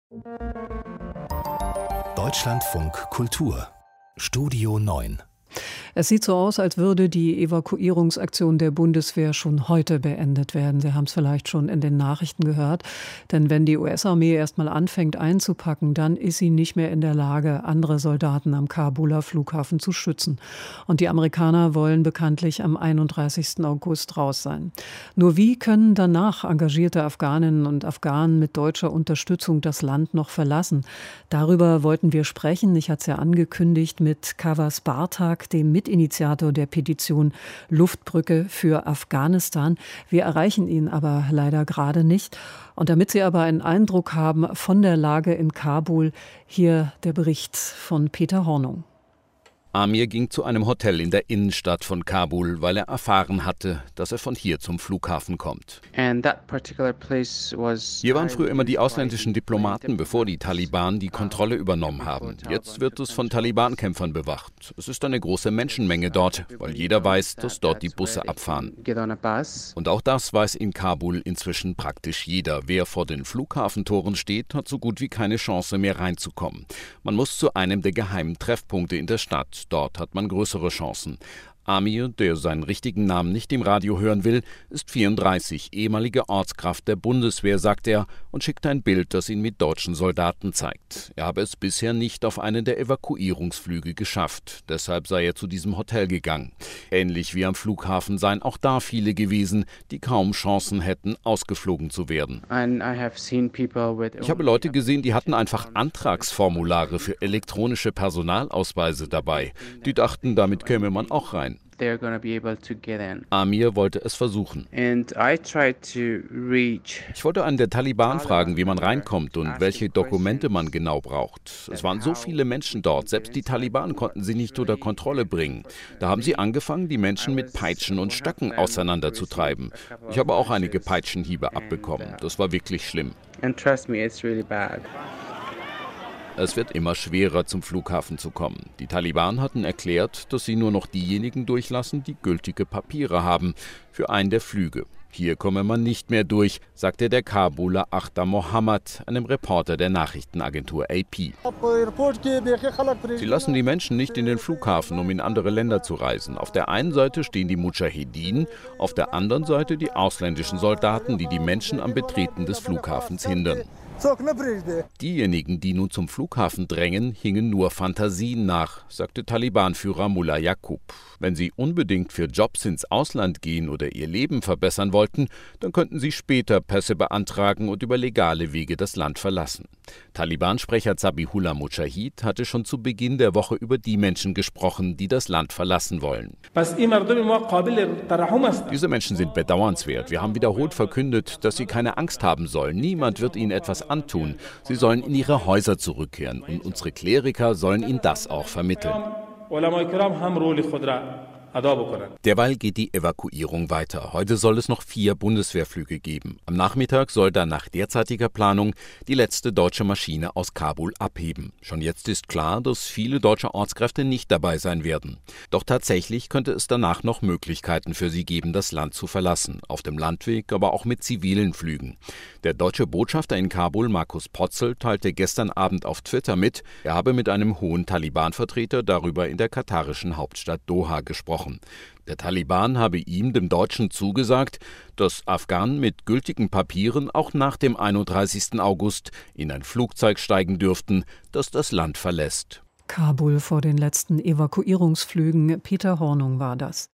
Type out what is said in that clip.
Deutschlandfunk Kultur Studio 9. Es sieht so aus, als würde die Evakuierungsaktion der Bundeswehr schon heute beendet werden. Sie haben es vielleicht schon in den Nachrichten gehört. Denn wenn die US-Armee erst mal anfängt einzupacken, dann ist sie nicht mehr in der Lage, andere Soldaten am Kabuler Flughafen zu schützen. Und die Amerikaner wollen bekanntlich am 31. August raus sein. Nur wie können danach engagierte Afghaninnen und Afghanen mit deutscher Unterstützung das Land noch verlassen? Darüber wollten wir sprechen. Ich hatte es ja angekündigt mit Kavas Bartak, dem Mitinitiator der Petition Luftbrücke für Afghanistan. Wir erreichen ihn aber leider gerade nicht. Und damit Sie aber einen Eindruck haben von der Lage in Kabul, hier der Bericht von Peter Hornung. Amir ging zu einem Hotel in der Innenstadt von Kabul, weil er erfahren hatte, dass er von hier zum Flughafen kommt. Hier waren früher immer die ausländischen Diplomaten, bevor die Taliban die Kontrolle übernommen haben. Jetzt wird es von Taliban-Kämpfern bewacht. Es ist eine große Menschenmenge dort, weil jeder weiß, dass dort die Busse abfahren. Und auch das weiß in Kabul inzwischen praktisch jeder. Wer vor den Flughafentoren steht, hat so gut wie keine Chance mehr reinzukommen. Man muss zu einem der geheimen Treffpunkte in der Stadt. Dort hat man größere Chancen. Amir, der seinen richtigen Namen nicht im Radio hören will, ist 34, ehemalige Ortskraft der Bundeswehr, sagt er und schickt ein Bild, das ihn mit deutschen Soldaten zeigt. Er habe es bisher nicht auf einen der Evakuierungsflüge geschafft. Deshalb sei er zu diesem Hotel gegangen. Ähnlich wie am Flughafen seien auch da viele gewesen, die kaum Chancen hätten, ausgeflogen zu werden. Ich habe Leute gesehen, die hatten einfach Antragsformulare für elektronische Personalausweise dabei. Die dachten, damit käme man auch rein. Amir wollte es versuchen. Ich wollte einen der Taliban fragen, wie man reinkommt und welche Dokumente man genau braucht. Es waren so viele Menschen dort, selbst die Taliban konnten sie nicht unter Kontrolle bringen. Da haben sie angefangen, die Menschen mit Peitschen und Stöcken auseinanderzutreiben. Ich habe auch einige Peitschenhiebe abbekommen. Das war wirklich schlimm. Es wird immer schwerer, zum Flughafen zu kommen. Die Taliban hatten erklärt, dass sie nur noch diejenigen durchlassen, die gültige Papiere haben für einen der Flüge. Hier komme man nicht mehr durch, sagte der Kabuler Akhtar Mohammad, einem Reporter der Nachrichtenagentur AP. Sie lassen die Menschen nicht in den Flughafen, um in andere Länder zu reisen. Auf der einen Seite stehen die Mudschahidin, auf der anderen Seite die ausländischen Soldaten, die die Menschen am Betreten des Flughafens hindern. Diejenigen, die nun zum Flughafen drängen, hingen nur Fantasien nach, sagte Taliban-Führer Mullah Yaqub. Wenn sie unbedingt für Jobs ins Ausland gehen oder ihr Leben verbessern wollten, dann könnten sie später Pässe beantragen und über legale Wege das Land verlassen. Taliban-Sprecher Zabihullah Mujahid hatte schon zu Beginn der Woche über die Menschen gesprochen, die das Land verlassen wollen. Diese Menschen sind bedauernswert. Wir haben wiederholt verkündet, dass sie keine Angst haben sollen. Niemand wird ihnen etwas antun. Sie sollen in ihre Häuser zurückkehren und unsere Kleriker sollen ihnen das auch vermitteln. Derweil geht die Evakuierung weiter. Heute soll es noch 4 Bundeswehrflüge geben. Am Nachmittag soll dann nach derzeitiger Planung die letzte deutsche Maschine aus Kabul abheben. Schon jetzt ist klar, dass viele deutsche Ortskräfte nicht dabei sein werden. Doch tatsächlich könnte es danach noch Möglichkeiten für sie geben, das Land zu verlassen. Auf dem Landweg, aber auch mit zivilen Flügen. Der deutsche Botschafter in Kabul, Markus Potzel, teilte gestern Abend auf Twitter mit, er habe mit einem hohen Taliban-Vertreter darüber in der katarischen Hauptstadt Doha gesprochen. Der Taliban habe ihm, dem Deutschen, zugesagt, dass Afghanen mit gültigen Papieren auch nach dem 31. August in ein Flugzeug steigen dürften, das das Land verlässt. Kabul vor den letzten Evakuierungsflügen. Peter Hornung war das.